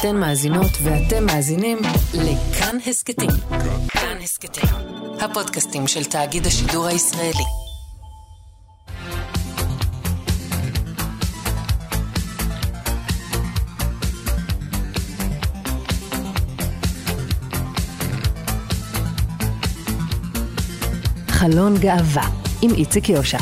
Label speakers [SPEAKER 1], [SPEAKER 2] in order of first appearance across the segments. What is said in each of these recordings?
[SPEAKER 1] אתן מאזינות ואתם מאזינים לכאן הסקטים. כאן הסקטים, הפודקאסטים של תאגיד השידור הישראלי. חלון גאווה עם איציק יושע.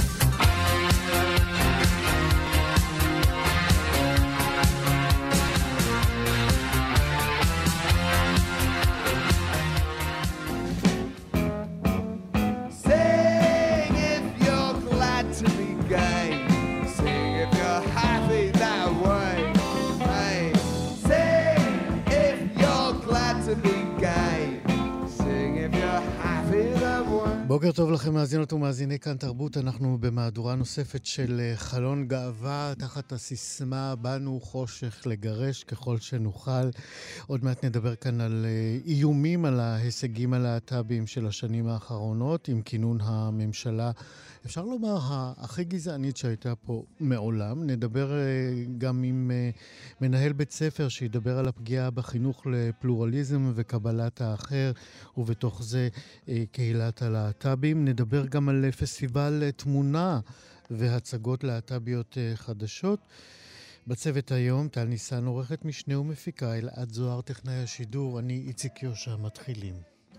[SPEAKER 2] בוקר טוב לכם מאזינות ומאזיני כאן תרבות. אנחנו במהדורה נוספת של חלון גאווה תחת הסיסמה באנו חושך לגרש ככל שנוכל. עוד מעט נדבר כאן על איומים על ההישגים הלהט"ביים של השנים האחרונות עם כינון הממשלה, אפשר לומר הכי גזענית שהייתה פה מעולם. נדבר גם עם מנהל בית ספר שידבר על הפגיעה בחינוך לפלורליזם וקבלת האחר, ובתוך זה קהילת הלהט"בים. נדבר גם על פסטיבל תמונה והצגות להט"ביות חדשות. בצוות היום טל ניסן עורכת משנה ומפיקה, אלעד זוהר טכנאי השידור, אני איציק יושע. מתחילים.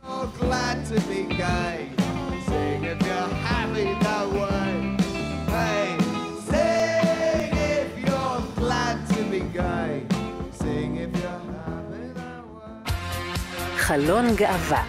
[SPEAKER 3] Sing if you're happy that way. Hey, sing if you're glad to be gay. Sing if you're happy that way.
[SPEAKER 1] חלון גאווה.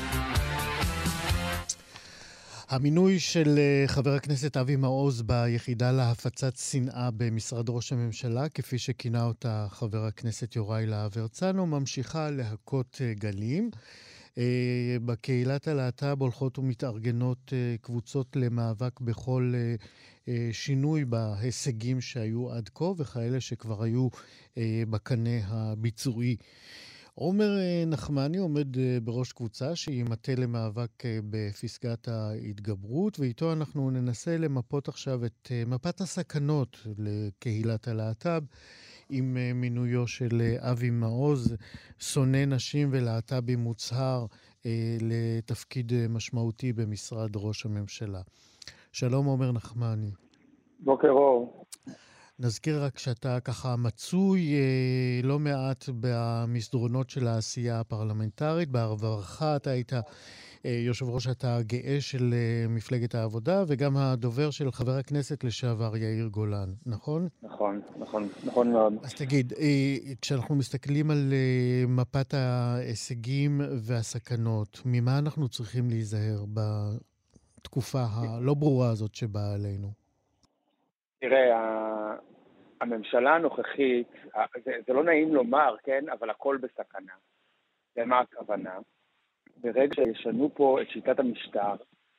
[SPEAKER 2] המינוי של חבר הכנסת אבי מעוז ביחידה להפצת שנאה במשרד ראש הממשלה, כפי שכינה אותה חבר הכנסת יוראי להב הרצנו, ממשיכה להכות גלים. בקהילת הלהט"ב הולכות ומתארגנות קבוצות למאבק בכל שינוי בהישגים שהיו עד כה וכאלה שכבר היו בקנה הביצועי. עומר נחמני עומד בראש קבוצה שהיא מטה למאבק בפסקת ההתגברות, ואיתו אנחנו ננסה למפות עכשיו את מפת הסכנות לקהילת הלהט"ב עם מינויו של אבי מעוז, שונא נשים ולהט"בים מוצהר, לתפקיד משמעותי במשרד ראש הממשלה. שלום עומר נחמני.
[SPEAKER 4] בוקר אור.
[SPEAKER 2] נזכיר רק שאתה ככה מצוי לא מעט במסדרונות של העשייה הפרלמנטרית. בעברך אתה היית יושב ראש התא הגאה של מפלגת העבודה, וגם הדובר של חבר הכנסת לשעבר יאיר גולן, נכון?
[SPEAKER 4] נכון מאוד.
[SPEAKER 2] אז תגיד, כשאנחנו מסתכלים על מפת ההישגים והסכנות, ממה אנחנו צריכים להיזהר בתקופה הלא ברורה הזאת שבאה עלינו?
[SPEAKER 4] תראה, הממשלה הנוכחית, זה לא נעים לומר, כן? אבל הכל בסכנה. למה הכוונה? ברגע שישנו פה את שיטת המשטר,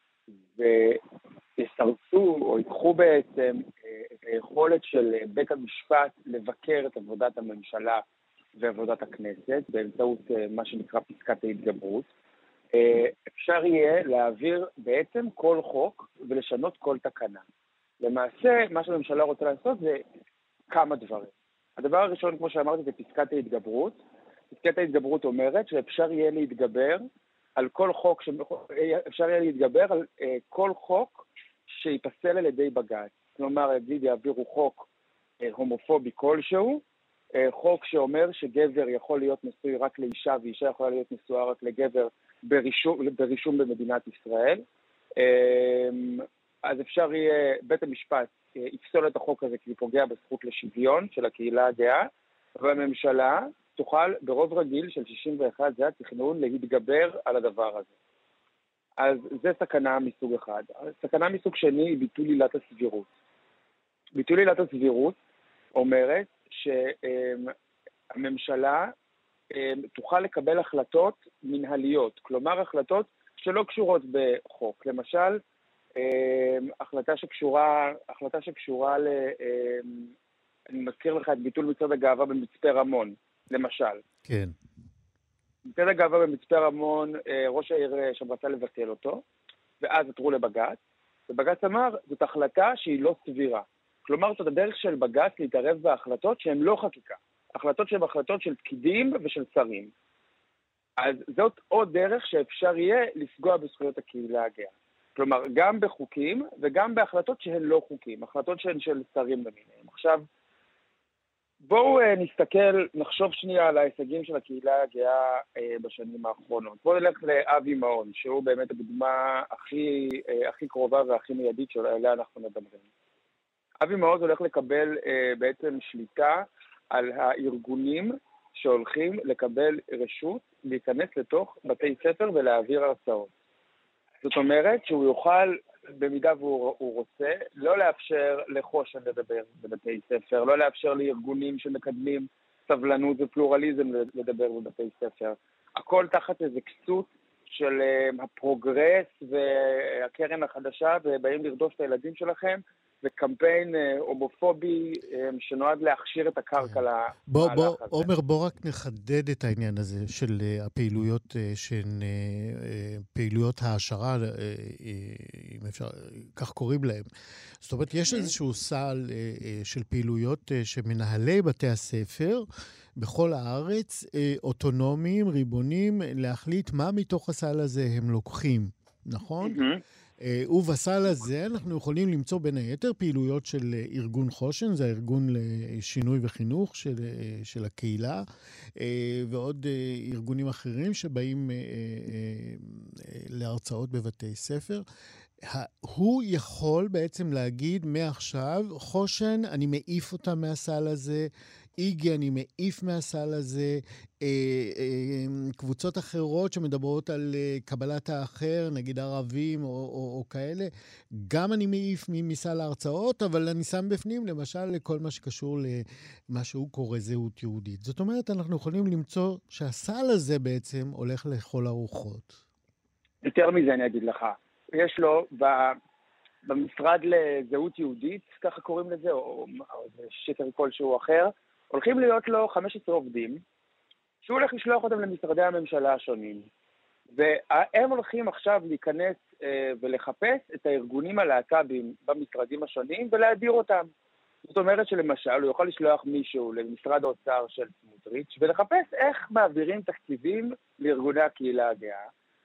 [SPEAKER 4] ויסרצו או ייקחו בעצם את היכולת של בית המשפט לבקר את עבודת הממשלה ועבודת הכנסת, באמצעות מה שנקרא פסקת ההתגברות, אפשר יהיה להעביר בעצם כל חוק ולשנות כל תקנה. למעשה, מה שהממשלה רוצה לעשות זה כמה דברים. הדבר הראשון, כמו שאמרתי, זה פסקת ההתגברות. פסקת ההתגברות אומרת שאפשר יהיה להתגבר על כל חוק, אפשר יהיה להתגבר על כל חוק שיפסל על ידי בג"ץ. כלומר, יעבירו חוק הומופובי כלשהו, חוק שאומר שגבר יכול להיות נשוי רק לאישה, ואישה יכולה להיות נשואה רק לגבר ברישום במדינת ישראל. אז אפשר יהיה, בית המשפט יפסול את החוק הזה כי הוא פוגע בזכות לשוויון של הקהילה הגאה, והממשלה תוכל ברוב רגיל של 61, זה התכנון, להתגבר על הדבר הזה. אז זה סכנה מסוג אחד. סכנה מסוג שני היא ביטול עילת הסבירות. ביטול עילת הסבירות אומרת שהממשלה תוכל לקבל החלטות מנהליות, כלומר החלטות שלא קשורות בחוק. למשל, החלטה שקשורה אני מזכיר לך את ביטול מצעד הגאווה במצפה רמון, למשל.
[SPEAKER 2] כן.
[SPEAKER 4] מצעד הגאווה במצפה רמון, ראש העיר שם רצה לבטל אותו, ואז עתרו לבג"ץ, ובג"ץ אמר, זאת החלטה שהיא לא סבירה. כלומר, זאת הדרך של בג"ץ להתערב בהחלטות שהן לא חקיקה. החלטות שהן החלטות של פקידים ושל שרים. אז זאת עוד דרך שאפשר יהיה לפגוע בזכויות הקהילה הגאה. כלומר, גם בחוקים וגם בהחלטות שהן לא חוקים, החלטות שהן של שרים למיניהם. עכשיו, בואו נחשוב שנייה על ההישגים של הקהילה הגאה בשנים האחרונות. בואו נלך לאבי מעוז, שהוא באמת הדוגמה הכי קרובה והכי מיידית שעליה אנחנו מדברים. אבי מעוז הולך לקבל בעצם שליטה על הארגונים שהולכים לקבל רשות להיכנס לתוך בתי ספר ולהעביר הרצאות. זאת אומרת שהוא יוכל, במידה והוא רוצה, לא לאפשר לחושן לדבר בבתי ספר, לא לאפשר לארגונים שמקדמים סבלנות ופלורליזם לדבר בבתי ספר. הכל תחת איזה כסות של הפרוגרס והקרן החדשה, ובאים לרדוף את הילדים שלכם, וקמפיין הומופובי שנועד להכשיר את הקרקע למהלך הזה.
[SPEAKER 2] עומר, בוא רק נחדד את העניין הזה של הפעילויות שהן פעילויות העשרה, אם אפשר, כך קוראים להם. זאת אומרת, יש איזשהו סל של פעילויות שמנהלי בתי הספר בכל הארץ, אוטונומיים, ריבונים, להחליט מה מתוך הסל הזה הם לוקחים, נכון? ובסל הזה אנחנו יכולים למצוא בין היתר פעילויות של ארגון חושן, זה הארגון לשינוי וחינוך של הקהילה, ועוד ארגונים אחרים שבאים להרצאות בבתי ספר. הוא יכול בעצם להגיד מעכשיו, חושן, אני מעיף אותה מהסל הזה, איגי, אני מעיף מהסל הזה, קבוצות אחרות שמדברות על קבלת האחר, נגיד ערבים או כאלה, גם אני מעיף מסל ההרצאות, אבל אני שם בפנים, למשל, לכל מה שקשור למה שהוא קורא זהות יהודית. זאת אומרת, אנחנו יכולים למצוא שהסל הזה בעצם הולך לכל הרוחות.
[SPEAKER 4] יותר מזה אני אגיד לך. יש לו במשרד לזהות יהודית, ככה קוראים לזה, או שקר כלשהו אחר, הולכים להיות לו 15 עובדים, שהוא הולך לשלוח אותם למשרדי הממשלה השונים. והם הולכים עכשיו להיכנס ולחפש את הארגונים הלהט"בים במשרדים השונים ולהדיר אותם. זאת אומרת שלמשל הוא יוכל לשלוח מישהו למשרד האוצר של סמוטריץ' ולחפש איך מעבירים תקציבים לארגוני הקהילה הגאה,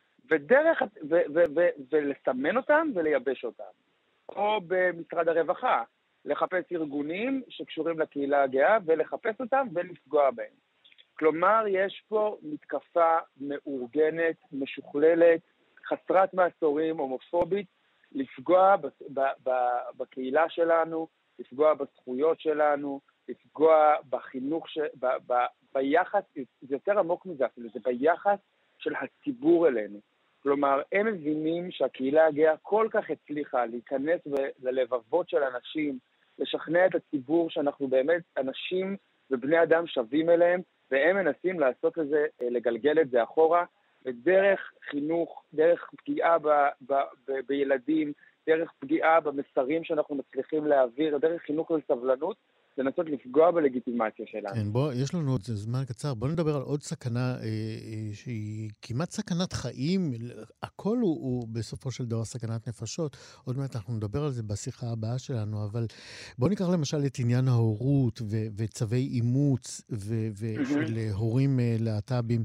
[SPEAKER 4] ולסמן אותם ולייבש אותם. או במשרד הרווחה, לחפש ארגונים שקשורים לקהילה הגאה ולחפש אותם ולפגוע בהם. כלומר, יש פה מתקפה מאורגנת, משוכללת, חסרת מעצורים, הומופובית, לפגוע בקהילה שלנו, לפגוע בזכויות שלנו, לפגוע בחינוך, ביחס, זה יותר עמוק מזה, זה ביחס של הציבור אלינו. כלומר, הם מבינים שהקהילה הגאה כל כך הצליחה להיכנס ללבבות של אנשים, לשכנע את הציבור שאנחנו באמת אנשים ובני אדם שווים אליהם, והם מנסים לעשות לזה, לגלגל את זה אחורה, ודרך חינוך, דרך פגיעה בילדים, דרך פגיעה במסרים שאנחנו מצליחים להעביר, דרך חינוך לסבלנות, לנסות לפגוע בלגיטימציה שלנו.
[SPEAKER 2] כן, יש לנו עוד זמן קצר. בוא נדבר על עוד סכנה שהיא כמעט סכנת חיים. הכל הוא בסופו של דבר סכנת נפשות. עוד מעט אנחנו נדבר על זה בשיחה הבאה שלנו, אבל בוא ניקח למשל את עניין ההורות וצווי אימוץ של הורים להט"בים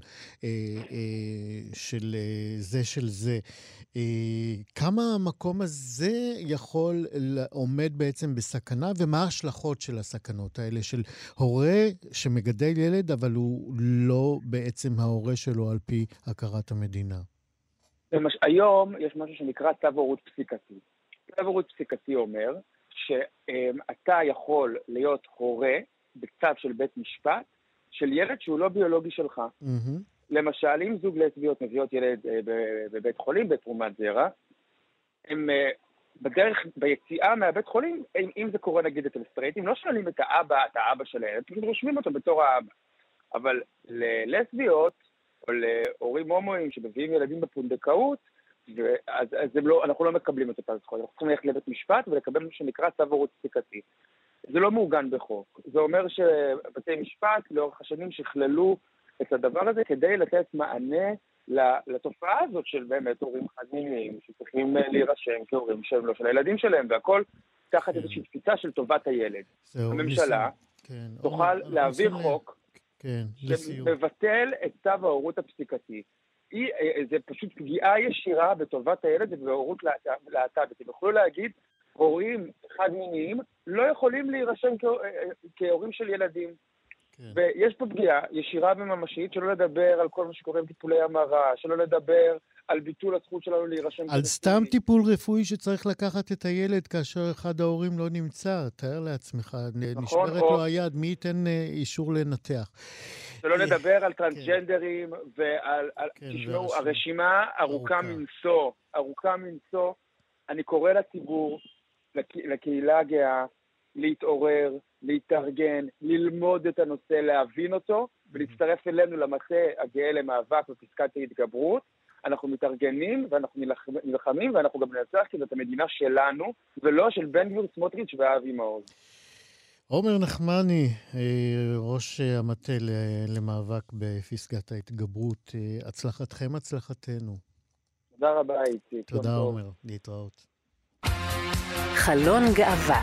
[SPEAKER 2] של זה. כמה המקום הזה יכול עומד בעצם בסכנה, ומה ההשלכות של הסכנות האלה, של הורה שמגדל ילד, אבל הוא לא בעצם ההורה שלו על פי הכרת המדינה?
[SPEAKER 4] היום יש משהו שנקרא צו הורות פסיקתי. צו הורות פסיקתי אומר שאתה יכול להיות הורה בצו של בית משפט, של ילד שהוא לא ביולוגי שלך. למשל, אם זוג לסביות מביאות ילד בבית חולים, בתרומת זרע, הם ביציאה מהבית חולים, אם זה קורה נגיד אצל סטרייטים, לא שואלים את האבא של הילד, פשוט רושמים אותו בתור האבא. אבל ללסביות, או להורים הומואים שמביאים ילדים בפונדקאות, אז אנחנו לא מקבלים את אותה זכות. אנחנו צריכים ללכת לבית משפט ולקבל מה שנקרא צו הורות פסיקתי. זה לא מעוגן בחוק. זה אומר שבתי משפט לאורך השנים שכללו את הדבר הזה כדי לתת מענה לתופעה הזאת של באמת הורים חד-מיניים שצריכים להירשם כהורים שהם לא של הילדים שלהם, והכל תחת איזושהי תפיסה של טובת הילד. הממשלה
[SPEAKER 2] כן.
[SPEAKER 4] תוכל להעביר חוק
[SPEAKER 2] כן, לסיום.
[SPEAKER 4] שמבטל את צו ההורות הפסיקתי. זה פשוט פגיעה ישירה בטובת הילד ובהורות להט"בית. הם יכולו להגיד, הורים חד-מיניים לא יכולים להירשם כהורים של ילדים.
[SPEAKER 2] כן.
[SPEAKER 4] ויש פה פגיעה ישירה וממשית, שלא לדבר על כל מה שקורה עם טיפולי המרה, שלא לדבר על ביטול הזכות שלנו להירשם.
[SPEAKER 2] על סתם טיפול רפואי שצריך לקחת את הילד כאשר אחד ההורים לא נמצא, תאר לעצמך, נשברת לו היד, מי ייתן אישור לנתח?
[SPEAKER 4] שלא לדבר על טרנסג'נדרים ועל... תשמעו, הרשימה ארוכה מנשוא. אני קורא לציבור, לקהילה הגאה, להתעורר, להתארגן, ללמוד את הנושא, להבין אותו, ולהצטרף אלינו למטה הגאה למאבק בפסקת ההתגברות. אנחנו מתארגנים ואנחנו נלחמים, ואנחנו גם ננצח, כי זאת המדינה שלנו, ולא של בן גביר, סמוטריץ' ואבי מעוז.
[SPEAKER 2] עומר נחמני, ראש המטה למאבק בפסקת ההתגברות, הצלחתכם, הצלחתנו.
[SPEAKER 4] תודה רבה, איציק.
[SPEAKER 2] תודה, עומר. להתראות.
[SPEAKER 1] חלון גאווה.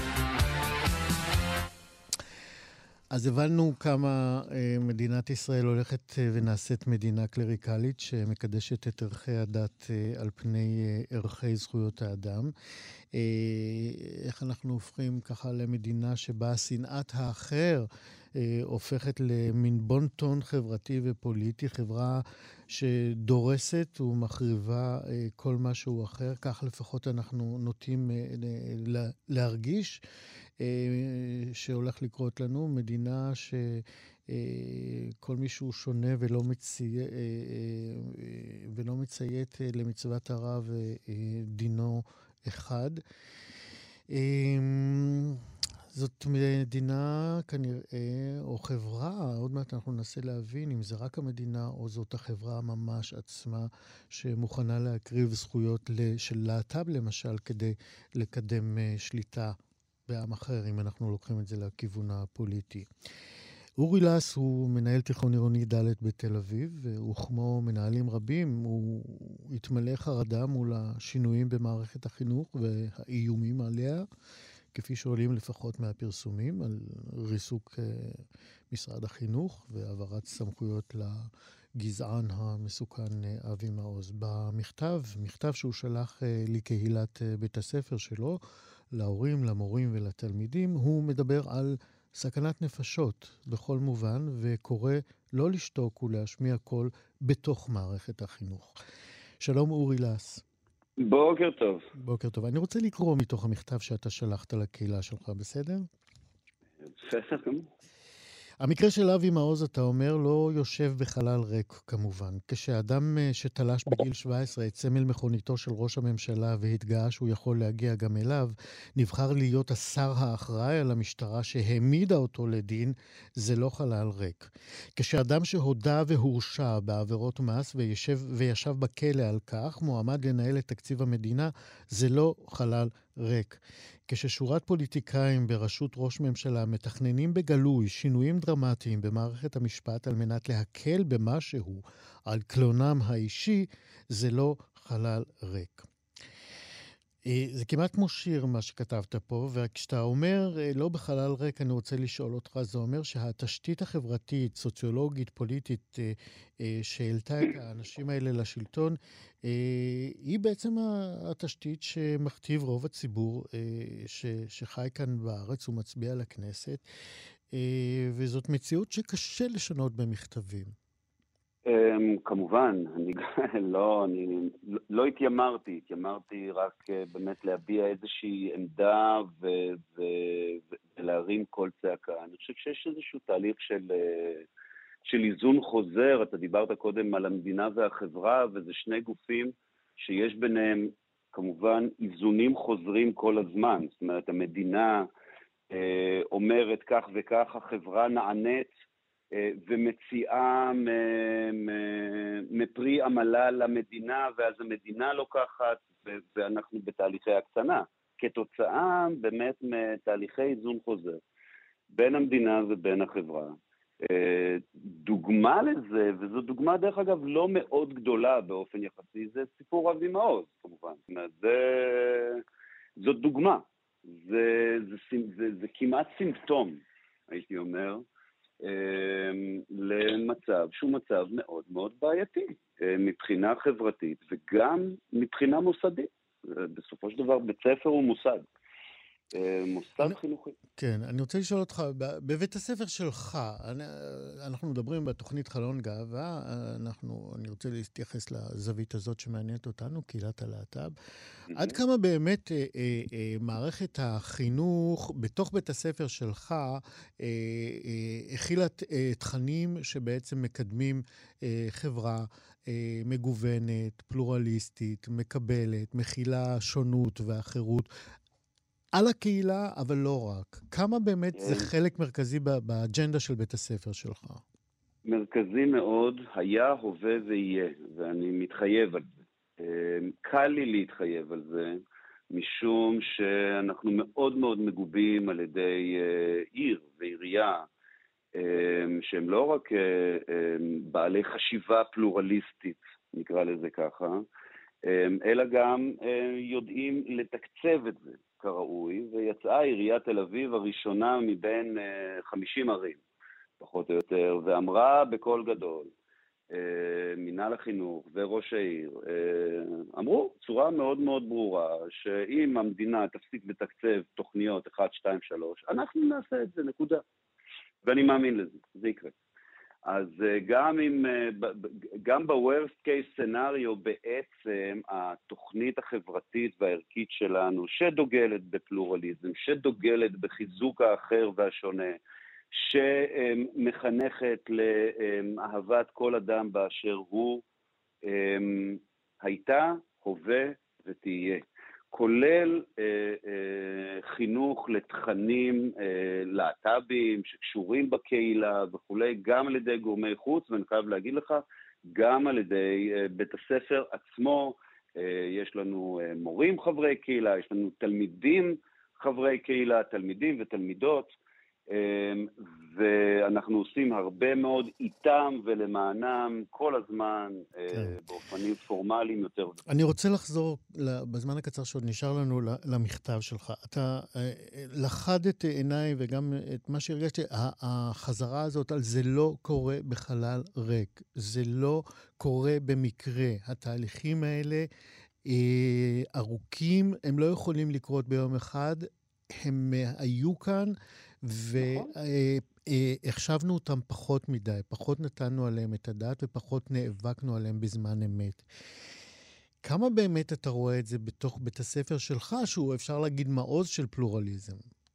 [SPEAKER 2] אז הבנו כמה מדינת ישראל הולכת ונעשית מדינה קלריקלית שמקדשת את ערכי הדת על פני ערכי זכויות האדם. איך אנחנו הופכים ככה למדינה שבה שנאת האחר הופכת למין בון-טון חברתי ופוליטי, חברה שדורסת ומחריבה כל משהו אחר. כך לפחות אנחנו נוטים להרגיש שהולך לקרות לנו, מדינה שכל מישהו שונה ולא מציית למצוות הרב דינו אחד. זאת מדינה כנראה, או חברה, עוד מעט אנחנו ננסה להבין אם זה רק המדינה או זאת החברה ממש עצמה שמוכנה להקריב זכויות של להט"ב למשל כדי לקדם שליטה בעם אחר, אם אנחנו לוקחים את זה לכיוון הפוליטי. אורי לס הוא מנהל תיכון עירוני ד' בתל אביב, וכמו מנהלים רבים הוא התמלא חרדה מול השינויים במערכת החינוך והאיומים עליה, כפי שעולים לפחות מהפרסומים על ריסוק משרד החינוך והעברת סמכויות לגזען המסוכן אבי מעוז. מכתב שהוא שלח לקהילת בית הספר שלו, להורים, למורים ולתלמידים, הוא מדבר על סכנת נפשות בכל מובן, וקורא לא לשתוק ולהשמיע קול בתוך מערכת החינוך. שלום אורי לס.
[SPEAKER 5] בוקר טוב.
[SPEAKER 2] בוקר טוב. אני רוצה לקרוא מתוך המכתב שאתה שלחת לקהילה שלך, בסדר?
[SPEAKER 5] בסדר, כמובן.
[SPEAKER 2] המקרה של אבי מעוז, אתה אומר, לא יושב בחלל ריק כמובן. כשאדם שתלש בגיל 17 את סמל מכוניתו של ראש הממשלה והתגאה שהוא יכול להגיע גם אליו, נבחר להיות השר האחראי על המשטרה שהעמידה אותו לדין, זה לא חלל ריק. כשאדם שהודה והורשע בעבירות מס וישב בכלא על כך, מועמד לנהל את תקציב המדינה, זה לא חלל ריק. כששורת פוליטיקאים בראשות ראש ממשלה מתכננים בגלוי שינויים דרמטיים במערכת המשפט על מנת להקל במשהו על קלונם האישי, זה לא חלל ריק. זה כמעט כמו שיר מה שכתבת פה, וכשאתה אומר לא בחלל ריק, אני רוצה לשאול אותך, זה אומר שהתשתית החברתית, סוציולוגית, פוליטית, שהעלתה את האנשים האלה לשלטון, היא בעצם התשתית שמכתיב רוב הציבור שחי כאן בארץ ומצביע לכנסת, וזאת מציאות שקשה לשנות במכתבים.
[SPEAKER 5] כמובן, אני לא התיימרתי רק באמת להביע איזושהי עמדה ולהרים קול צעקה. אני חושב שיש איזשהו תהליך של איזון חוזר. אתה דיברת קודם על המדינה והחברה, וזה שני גופים שיש ביניהם כמובן איזונים חוזרים כל הזמן. זאת אומרת, המדינה אומרת כך וכך, החברה נענית ומציעה מפרי עמלה למדינה, ואז המדינה לוקחת, ואנחנו בתהליכי הקצנה. כתוצאה באמת מתהליכי איזון חוזר בין המדינה ובין החברה. דוגמה לזה, וזו דוגמה דרך אגב לא מאוד גדולה באופן יחסי, זה סיפור אבי מעוז כמובן. זאת אומרת, זאת דוגמה. זה כמעט סימפטום. הייתי אומר, למצב שהוא מצב מאוד מאוד בעייתי, מבחינה חברתית וגם מבחינה מוסדית. בסופו של דבר, בית ספר הוא מוסד. מוסד חינוכי.
[SPEAKER 2] כן, אני רוצה לשאול אותך, בבית הספר שלך, אנחנו מדברים בתוכנית חלון גאווה, אני רוצה להתייחס לזווית הזאת שמעניינת אותנו, קהילת הלהט"ב. עד כמה באמת מערכת החינוך בתוך בית הספר שלך הכילה תכנים שבעצם מקדמים חברה מגוונת, פלורליסטית, מקבלת, מכילה שונות ואחרות, על הקהילה, אבל לא רק. כמה באמת זה חלק מרכזי באג'נדה של בית הספר שלך?
[SPEAKER 5] מרכזי מאוד, היה, הווה ויהיה, ואני מתחייב על זה. קל לי להתחייב על זה, משום שאנחנו מאוד מאוד מגובים על ידי עיר ועירייה, שהם לא רק בעלי חשיבה פלורליסטית, נקרא לזה ככה, אלא גם יודעים לתקצב את זה כראוי, ויצאה עיריית תל אביב הראשונה מבין 50 ערים, פחות או יותר, ואמרה בקול גדול, מנהל החינוך וראש העיר, אמרו צורה מאוד מאוד ברורה, שאם המדינה תפסיק לתקצב תוכניות 1, 2, 3, אנחנו נעשה את זה, נקודה. ואני מאמין לזה, זה יקרה. אז גם ב-worst case scenario בעצם התוכנית החברתית והערכית שלנו, שדוגלת בפלורליזם, שדוגלת בחיזוק האחר והשונה, שמחנכת לאהבת כל אדם באשר הוא, הייתה, הווה ותהיה. כולל חינוך לתכנים להט"בים שקשורים בקהילה וכולי, גם על ידי גורמי חוץ, ואני חייב להגיד לך, גם על ידי בית הספר עצמו. יש לנו מורים חברי קהילה, יש לנו תלמידים חברי קהילה, תלמידים ותלמידות, ואנחנו עושים הרבה מאוד איתם ולמענם כל הזמן, באופנים פורמליים יותר.
[SPEAKER 2] אני רוצה לחזור בזמן הקצר שעוד נשאר לנו למכתב שלך. אתה לחדת עיניי וגם את מה שהרגשתי, החזרה הזאת על זה לא קורה בחלל ריק, זה לא קורה במקרה. התהליכים האלה ארוכים, הם לא יכולים לקרות ביום אחד, הם היו כאן, והחשבנו אותם פחות מדי, פחות נתנו עליהם את הדעת ופחות נאבקנו עליהם בזמן אמת. כמה באמת אתה רואה את זה בתוך בית הספר שלך, שהוא אפשר להגיד מעוז של פלורליזם?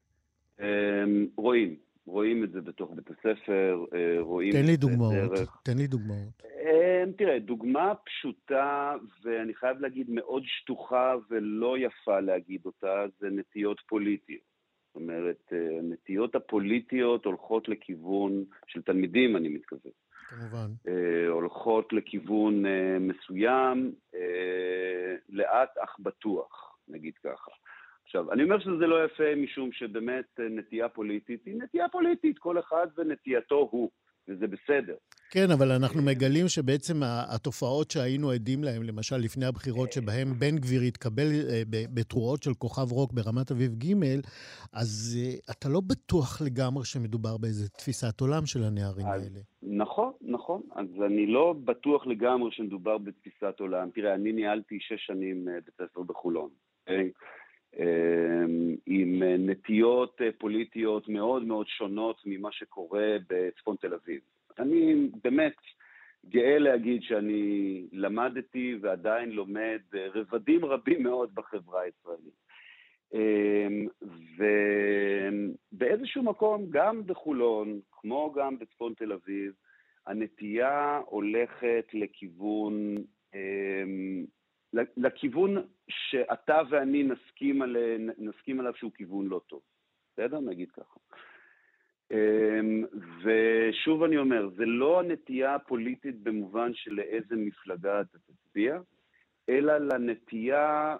[SPEAKER 5] רואים את זה בתוך בית הספר, רואים
[SPEAKER 2] תן לי
[SPEAKER 5] את זה
[SPEAKER 2] דוגמאות,
[SPEAKER 5] דרך.
[SPEAKER 2] תן לי דוגמאות.
[SPEAKER 5] תראה, דוגמה פשוטה, ואני חייב להגיד מאוד שטוחה ולא יפה להגיד אותה, זה נטיות פוליטיות. זאת אומרת, הנטיות הפוליטיות הולכות לכיוון של תלמידים, אני מתכוון.
[SPEAKER 2] כמובן.
[SPEAKER 5] הולכות לכיוון מסוים, לאט אך בטוח, נגיד ככה. עכשיו, אני אומר שזה לא יפה משום שבאמת נטייה פוליטית היא נטייה פוליטית, כל אחד ונטייתו הוא, וזה בסדר.
[SPEAKER 2] כן, אבל אנחנו מגלים שבעצם התופעות שהיינו עדים להם, למשל לפני הבחירות שבהם בן גביר התקבל בתרועות של כוכב רוק ברמת אביב ג', אז אתה לא בטוח לגמרי שמדובר באיזו תפיסת עולם של הנערים האלה.
[SPEAKER 5] נכון. אז אני לא בטוח לגמרי שמדובר בתפיסת עולם. תראה, אני ניהלתי 6 שנים בית ספר בחולון. עם נטיות פוליטיות מאוד מאוד שונות ממה שקורה בצפון תל אביב. אני באמת גאה להגיד שאני למדתי ועדיין לומד רבדים רבים מאוד בחברה הישראלית. ובאיזשהו מקום, גם בחולון, כמו גם בצפון תל אביב, הנטייה הולכת לכיוון שאתה ואני נסכים עליו שהוא כיוון לא טוב. בסדר? נגיד ככה. ושוב אני אומר, זה לא הנטייה הפוליטית במובן של לאיזה מפלגה אתה תצביע, אלא לנטייה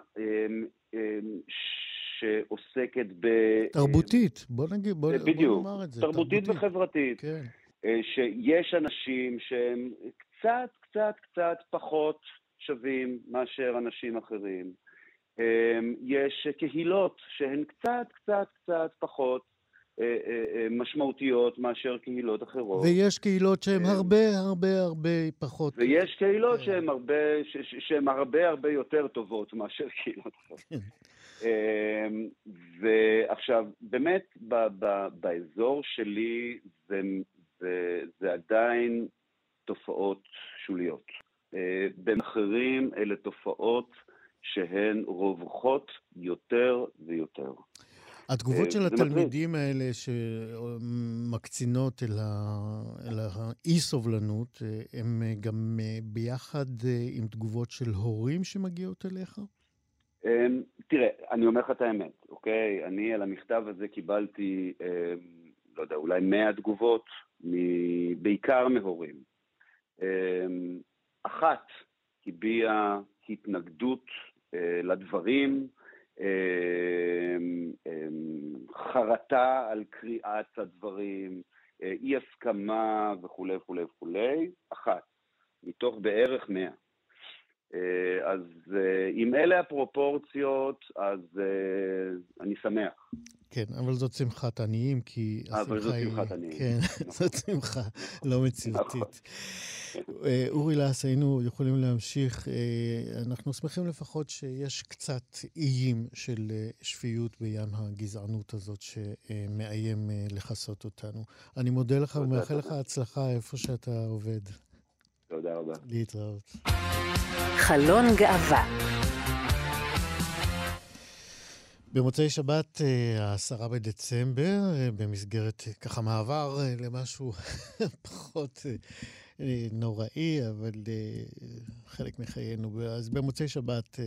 [SPEAKER 5] שעוסקת
[SPEAKER 2] תרבותית, בוא נאמר את זה.
[SPEAKER 5] תרבותית וחברתית.
[SPEAKER 2] כן.
[SPEAKER 5] שיש אנשים שהם קצת פחות שווים מאשר אנשים אחרים. יש קהילות שהן קצת פחות משמעותיות מאשר קהילות אחרות.
[SPEAKER 2] ויש קהילות שהן הרבה פחות.
[SPEAKER 5] ויש קהילות שהן הרבה יותר טובות מאשר קהילות אחרות. ועכשיו, באמת, באזור שלי זה עדיין תופעות שוליות. במחרים אלה תופעות שהן רווחות יותר ויותר.
[SPEAKER 2] התגובות של התלמידים האלה שמקצינות אל האי-סובלנות, הם גם ביחד עם תגובות של הורים שמגיעות אליך?
[SPEAKER 5] תראה, אני אומר לך את האמת, אוקיי? אני על המכתב הזה קיבלתי, לא יודע, אולי 100 תגובות, בעיקר מהורים. אחת הביעה התנגדות לדברים, חרטה על קריאת הדברים, אי הסכמה וכו' וכו' וכו'. אחת, מתוך בערך 100. אז אם אלה הפרופורציות, אז אני שמח.
[SPEAKER 2] כן, אבל זאת שמחת עניים, כי
[SPEAKER 5] אבל זאת שמחת עניים.
[SPEAKER 2] כן, זאת שמחה לא מציאותית. אורי לס, היינו יכולים להמשיך. אנחנו שמחים לפחות שיש קצת איים של שפיות בים הגזענות הזאת שמאיים לחסות אותנו. אני מודה לך ומאחל לך הצלחה איפה שאתה עובד.
[SPEAKER 5] תודה רבה.
[SPEAKER 2] להתראות.
[SPEAKER 1] חלון גאווה.
[SPEAKER 2] במוצאי שבת, 10 בדצמבר, במסגרת ככה מעבר למשהו פחות נוראי, אבל חלק מחיינו. אז במוצאי שבת,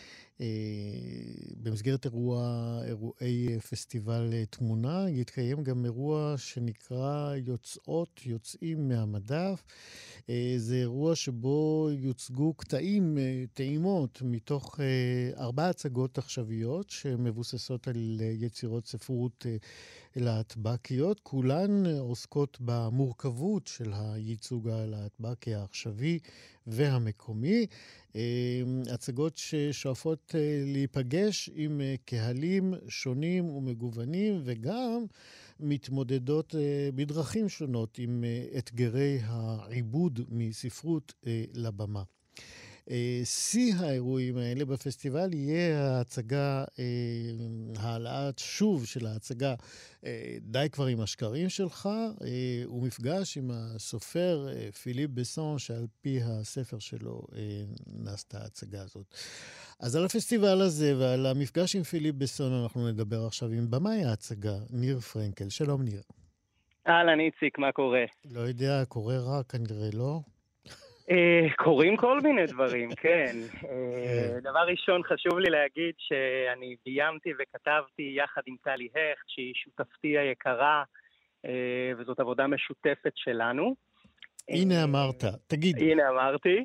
[SPEAKER 2] במסגרת אירועי פסטיבל תמונה, יתקיים גם אירוע שנקרא יוצאים מהמדף. זה אירוע שבו יוצגו טעימות מתוך 4 הצגות עכשוויות שמבוססות על יצירות ספרות להטבקיות. כולן עוסקות במורכבות של הייצוג הלהטבקי העכשווי והמקומי. הצגות ששואפות להיפגש עם קהלים שונים ומגוונים, וגם מתמודדות בדרכים שונות עם אתגרי העיבוד מספרות לבמה. שיא האירועים האלה בפסטיבל יהיה ההצגה, העלאת שוב של ההצגה די כבר עם השקרים שלך, ומפגש עם הסופר פיליפ בסון, שעל פי הספר שלו נעשתה ההצגה הזאת. אז על הפסטיבל הזה ועל המפגש עם פיליפ בסון אנחנו נדבר עכשיו עם במאי ההצגה, ניר פרנקל. שלום ניר.
[SPEAKER 6] אהלן איציק, מה קורה?
[SPEAKER 2] לא יודע, קורה רע כנראה, לא?
[SPEAKER 6] קוראים כל מיני דברים, כן. דבר ראשון, חשוב לי להגיד שאני ביימתי וכתבתי יחד עם טלי הכט, שהיא שותפתי היקרה, וזאת עבודה משותפת שלנו.
[SPEAKER 2] הנה אמרת, תגיד.
[SPEAKER 6] הנה אמרתי.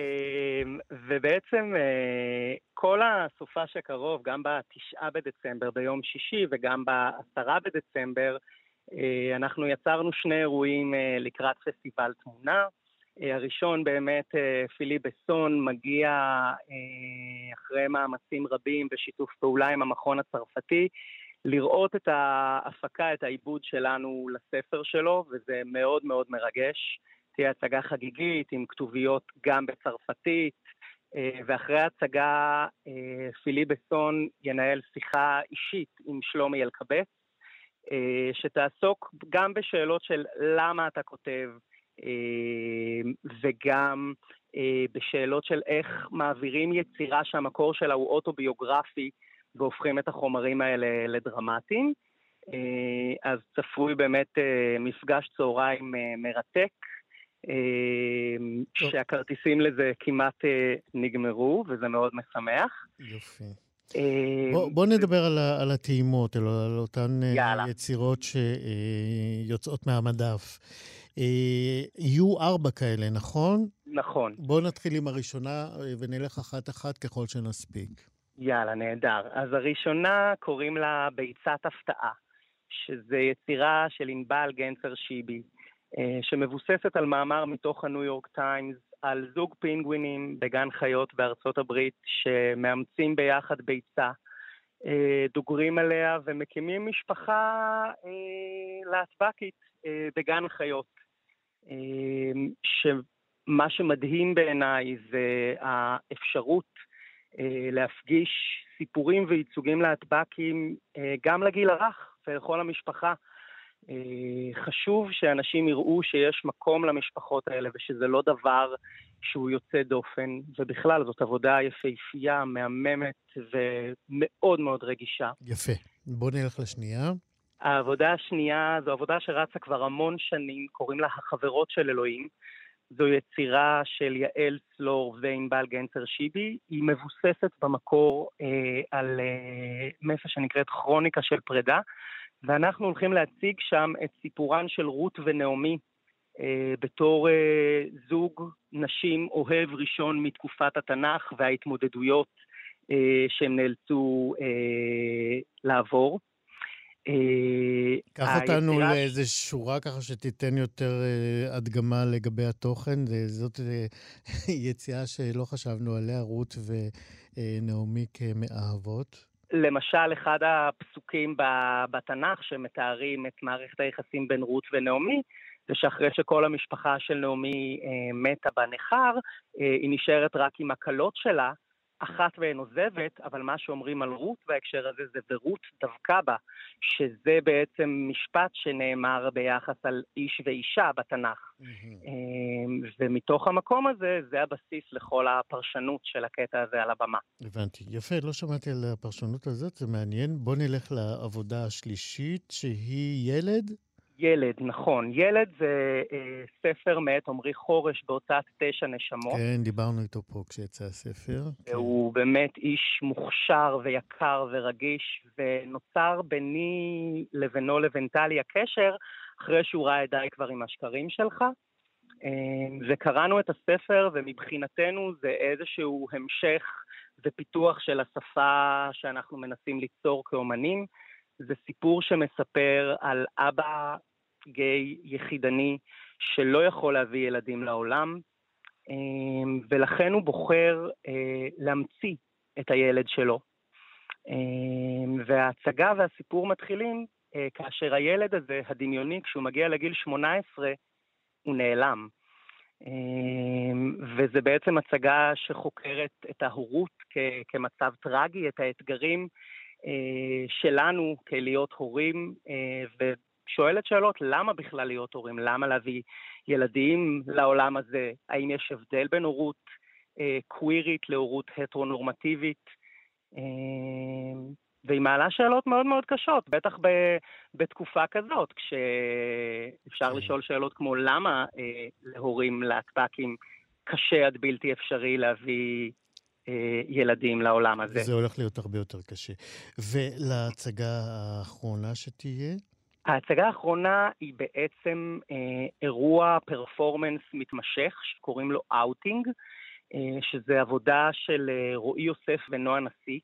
[SPEAKER 6] ובעצם כל הסופה שקרוב, גם ב9 בדצמבר, ביום שישי, וגם ב10 בדצמבר, אנחנו יצרנו 2 אירועים לקראת פסטיבל תמונה. הראשון באמת פיליפ בסון מגיע אחרי מאמצים רבים בשיתוף פעולה עם המכון הצרפתי לראות את ההפקה, את העיבוד שלנו לספר שלו, וזה מאוד מאוד מרגש. תהיה הצגה חגיגית עם כתוביות גם בצרפתית, ואחרי ההצגה פיליפ בסון ינהל שיחה אישית עם שלומי אלקבץ, שתעסוק גם בשאלות של למה אתה כותב, וגם בשאלות של איך מעבירים יצירה שהמקור שלה הוא אוטוביוגרפי והופכים את החומרים האלה לדרמטיים. אז צפוי באמת מפגש צהריים מרתק, שהכרטיסים לזה כמעט נגמרו, וזה מאוד משמח.
[SPEAKER 2] יופי. בוא נדבר על הטעימות, על אותן יצירות שיוצאות מהמדף. יהיו 4 כאלה, נכון?
[SPEAKER 6] נכון.
[SPEAKER 2] בוא נתחיל עם הראשונה ונלך אחת ככל שנספיק.
[SPEAKER 6] יאללה, נהדר. אז הראשונה קוראים לה ביצת הפתעה, שזה יצירה של ענבל גנצר שיבי, שמבוססת על מאמר מתוך הניו יורק טיימס, על זוג פינגווינים בגן חיות בארצות הברית, שמאמצים ביחד ביצה, דוגרים עליה ומקימים משפחה להטבקית בגן חיות. שמה שמדהים בעיניי זה האפשרות להפגיש סיפורים וייצוגים להטבקים גם לגיל הרך ולכל המשפחה. חשוב שאנשים יראו שיש מקום למשפחות האלה ושזה לא דבר שהוא יוצא דופן, ובכלל זאת עבודה יפהפייה, מהממת ומאוד מאוד רגישה.
[SPEAKER 2] יפה. בוא נלך לשנייה.
[SPEAKER 6] העבודה השנייה זו עבודה שרצה כבר המון שנים, קוראים לה החברות של אלוהים. זו יצירה של יעל צלור וענבל גנצר שיבי. היא מבוססת במקור על מסה שנקראת כרוניקה של פרידה, ואנחנו הולכים להציג שם את סיפורן של רות ונעמי, בתור זוג נשים אוהב ראשון מתקופת התנ"ך וההתמודדויות שהם נאלצו לעבור.
[SPEAKER 2] קח אותנו לאיזה שורה ככה שתיתן יותר הדגמה לגבי התוכן. זאת יציאה שלא חשבנו עליה, רות ונעמי כמאהבות.
[SPEAKER 6] למשל, אחד הפסוקים בתנ"ך שמתארים את מערכת היחסים בין רות ונעמי, זה שאחרי שכל המשפחה של נעמי מתה בנחר, היא נשארת רק עם הקלות שלה, אחת מהן עוזבת, אבל מה שאומרים על רות בהקשר הזה זה ורות דווקא בה, שזה בעצם משפט שנאמר ביחס על איש ואישה בתנ"ך. ומתוך המקום הזה, זה הבסיס לכל הפרשנות של הקטע הזה על הבמה.
[SPEAKER 2] הבנתי. יפה, לא שמעתי על הפרשנות הזאת, זה מעניין. בוא נלך לעבודה השלישית, שהיא ילד.
[SPEAKER 6] ילד, נכון. ילד זה ספר מאת עמרי חורש בהוצאת 9 נשמות.
[SPEAKER 2] כן, דיברנו איתו פה כשיצא הספר.
[SPEAKER 6] הוא באמת איש מוכשר ויקר ורגיש, ונוצר ביני לבינו לבין טלי הקשר, אחרי שהוא ראה את די כבר עם השקרים שלך. וקראנו את הספר, ומבחינתנו זה איזשהו המשך ופיתוח של השפה שאנחנו מנסים ליצור כאומנים. זה סיפור שמספר על אבא גיי יחידני שלא יכול להביא ילדים לעולם, ולכן הוא בוחר להמציא את הילד שלו. וההצגה והסיפור מתחילים כאשר הילד הזה, הדמיוני, כשהוא מגיע לגיל 18, הוא נעלם. וזה בעצם הצגה שחוקרת את ההורות כמצב טרגי, את האתגרים שלנו כלהיות הורים, ושואלת שאלות, למה בכלל להיות הורים? למה להביא ילדים לעולם הזה? האם יש הבדל בין הורות קווירית להורות הטרונורמטיבית? והיא מעלה שאלות מאוד מאוד קשות, בטח בתקופה כזאת, כשאפשר לשאול שאלות כמו למה להורים להטבקים קשה עד בלתי אפשרי להביא ילדים לעולם הזה.
[SPEAKER 2] זה הולך להיות הרבה יותר קשה. ולהצגה האחרונה שתהיה?
[SPEAKER 6] ההצגה האחרונה היא בעצם אירוע פרפורמנס מתמשך, שקוראים לו אאוטינג, שזה עבודה של רועי יוסף ונועה נשיא,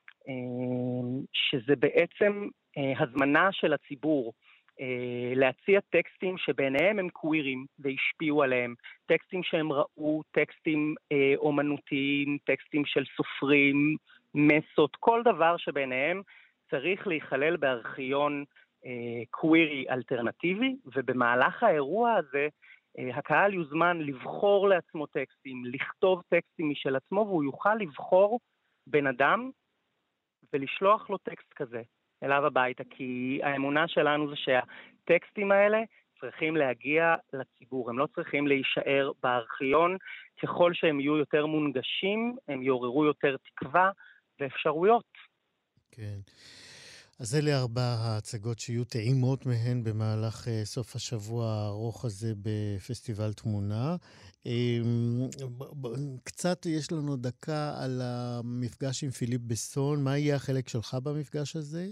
[SPEAKER 6] שזה בעצם הזמנה של הציבור להציע טקסטים שבעיניהם הם קווירים והשפיעו עליהם, טקסטים שהם ראו, טקסטים אומנותיים, טקסטים של סופרים, מסות, כל דבר שבעיניהם צריך להיכלל בארכיון קווירי אלטרנטיבי, ובמהלך האירוע הזה הקהל יוזמן לבחור לעצמו טקסטים, לכתוב טקסטים משל עצמו, והוא יוכל לבחור בן אדם ולשלוח לו טקסט כזה אליו הביתה, כי האמונה שלנו זה שהטקסטים האלה צריכים להגיע לציבור, הם לא צריכים להישאר בארכיון, ככל שהם יהיו יותר מונגשים, הם יעוררו יותר תקווה ואפשרויות.
[SPEAKER 2] כן. אז אלה 4 ההצגות שיהיו טעימות מהן במהלך סוף השבוע הארוך הזה בפסטיבל תמונה. קצת יש לנו דקה על המפגש עם פיליפ בסון. מה יהיה החלק שלך במפגש הזה?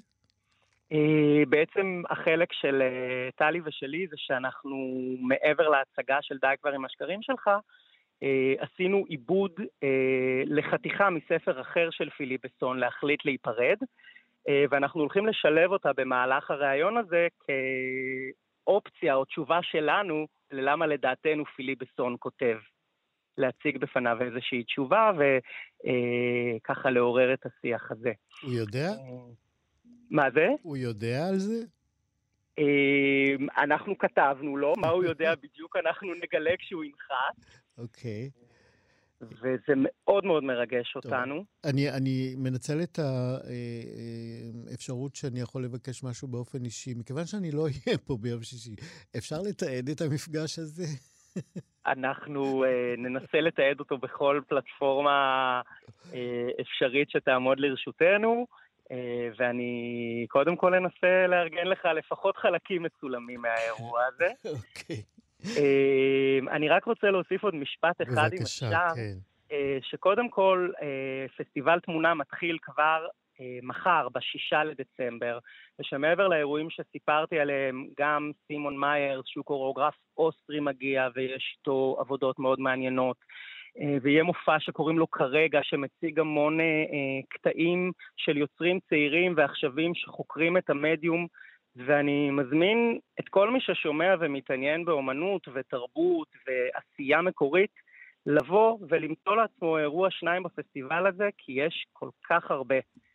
[SPEAKER 6] בעצם החלק של טלי ושלי זה שאנחנו מעבר להצגה של די כבר עם השקרים שלך, עשינו עיבוד לחתיכה מספר אחר של פיליפ בסון, להחליט להיפרד, ואנחנו הולכים לשלב אותה במהלך הרעיון הזה כאופציה או תשובה שלנו ללמה לדעתנו פיליפ בסון כותב. להציג בפניו איזושהי תשובה, וככה לעורר את השיח הזה.
[SPEAKER 2] הוא יודע?
[SPEAKER 6] מה זה?
[SPEAKER 2] הוא יודע על זה?
[SPEAKER 6] אנחנו כתבנו לו, מה הוא יודע בדיוק אנחנו נגלה כשהוא ינחת.
[SPEAKER 2] אוקיי.
[SPEAKER 6] וזה מאוד מאוד מרגש אותנו.
[SPEAKER 2] אני מנצל את האפשרות שאני יכול לבקש משהו באופן אישי, מכיוון שאני לא אהיה פה ביום שישי. אפשר לתעד את המפגש הזה?
[SPEAKER 6] אנחנו ננסה לתעד אותו בכל פלטפורמה אפשרית שתעמוד לרשותנו, ואני קודם כל אנסה לארגן לך לפחות חלקים מצולמים מהאירוע הזה.
[SPEAKER 2] אוקיי.
[SPEAKER 6] אני רק רוצה להוסיף עוד משפט אחד אם אפשר, שקודם כל פסטיבל תמונה מתחיל כבר מחר, ב6 לדצמבר, ושמעבר לאירועים שסיפרתי עליהם, גם סימון מאיירס, שהוא קוריאוגרף אוסטרי מגיע, ויש איתו עבודות מאוד מעניינות, ויהיה מופע שקוראים לו כרגע, שמציג המון קטעים של יוצרים צעירים ועכשווים שחוקרים את המדיום, ואני מזמין את כל מי ששומע ומתעניין באומנות ותרבות ועשייה מקורית, לבוא ולמצוא לעצמו אירוע 2 בפסטיבל הזה, כי יש כל כך הרבה.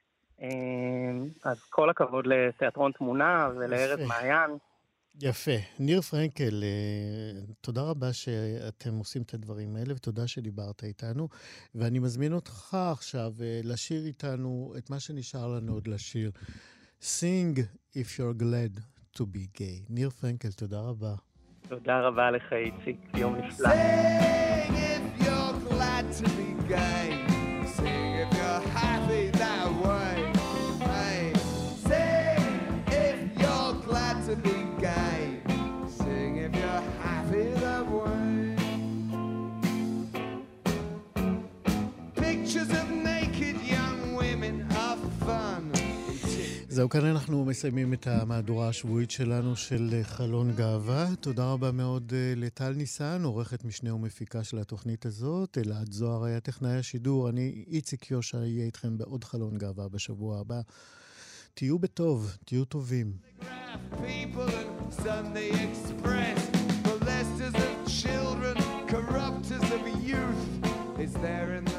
[SPEAKER 6] אז כל הכבוד לתיאטרון תמונה ולארץ מעיין.
[SPEAKER 2] יפה. ניר פרנקל, תודה רבה שאתם עושים את הדברים האלה, ותודה שדיברת איתנו. ואני מזמין אותך עכשיו לשיר איתנו את מה שנשאר לנו עוד לשיר. Sing if you're glad to be gay. ניר פרנקל, תודה רבה.
[SPEAKER 6] תודה רבה לך, איציק. יום נפלא.
[SPEAKER 3] Sing if you're glad to be gay. Sing if you're happy that way. Hey, sing if you're glad to be gay. Sing if you're happy that way. Pictures of naked young women are fun.
[SPEAKER 2] זהו, כאן אנחנו מסיימים את המהדורה השבועית שלנו של חלון גאווה. תודה רבה מאוד לטל ניסן, עורכת משנה ומפיקה של התוכנית הזאת. אלעד זוהר היה טכנאי השידור. אני איציק יושע, אהיה איתכם בעוד חלון גאווה בשבוע הבא. תהיו בטוב, תהיו טובים.
[SPEAKER 3] People and Sunday Express, molesters of children, corrupters of youth. It's there in the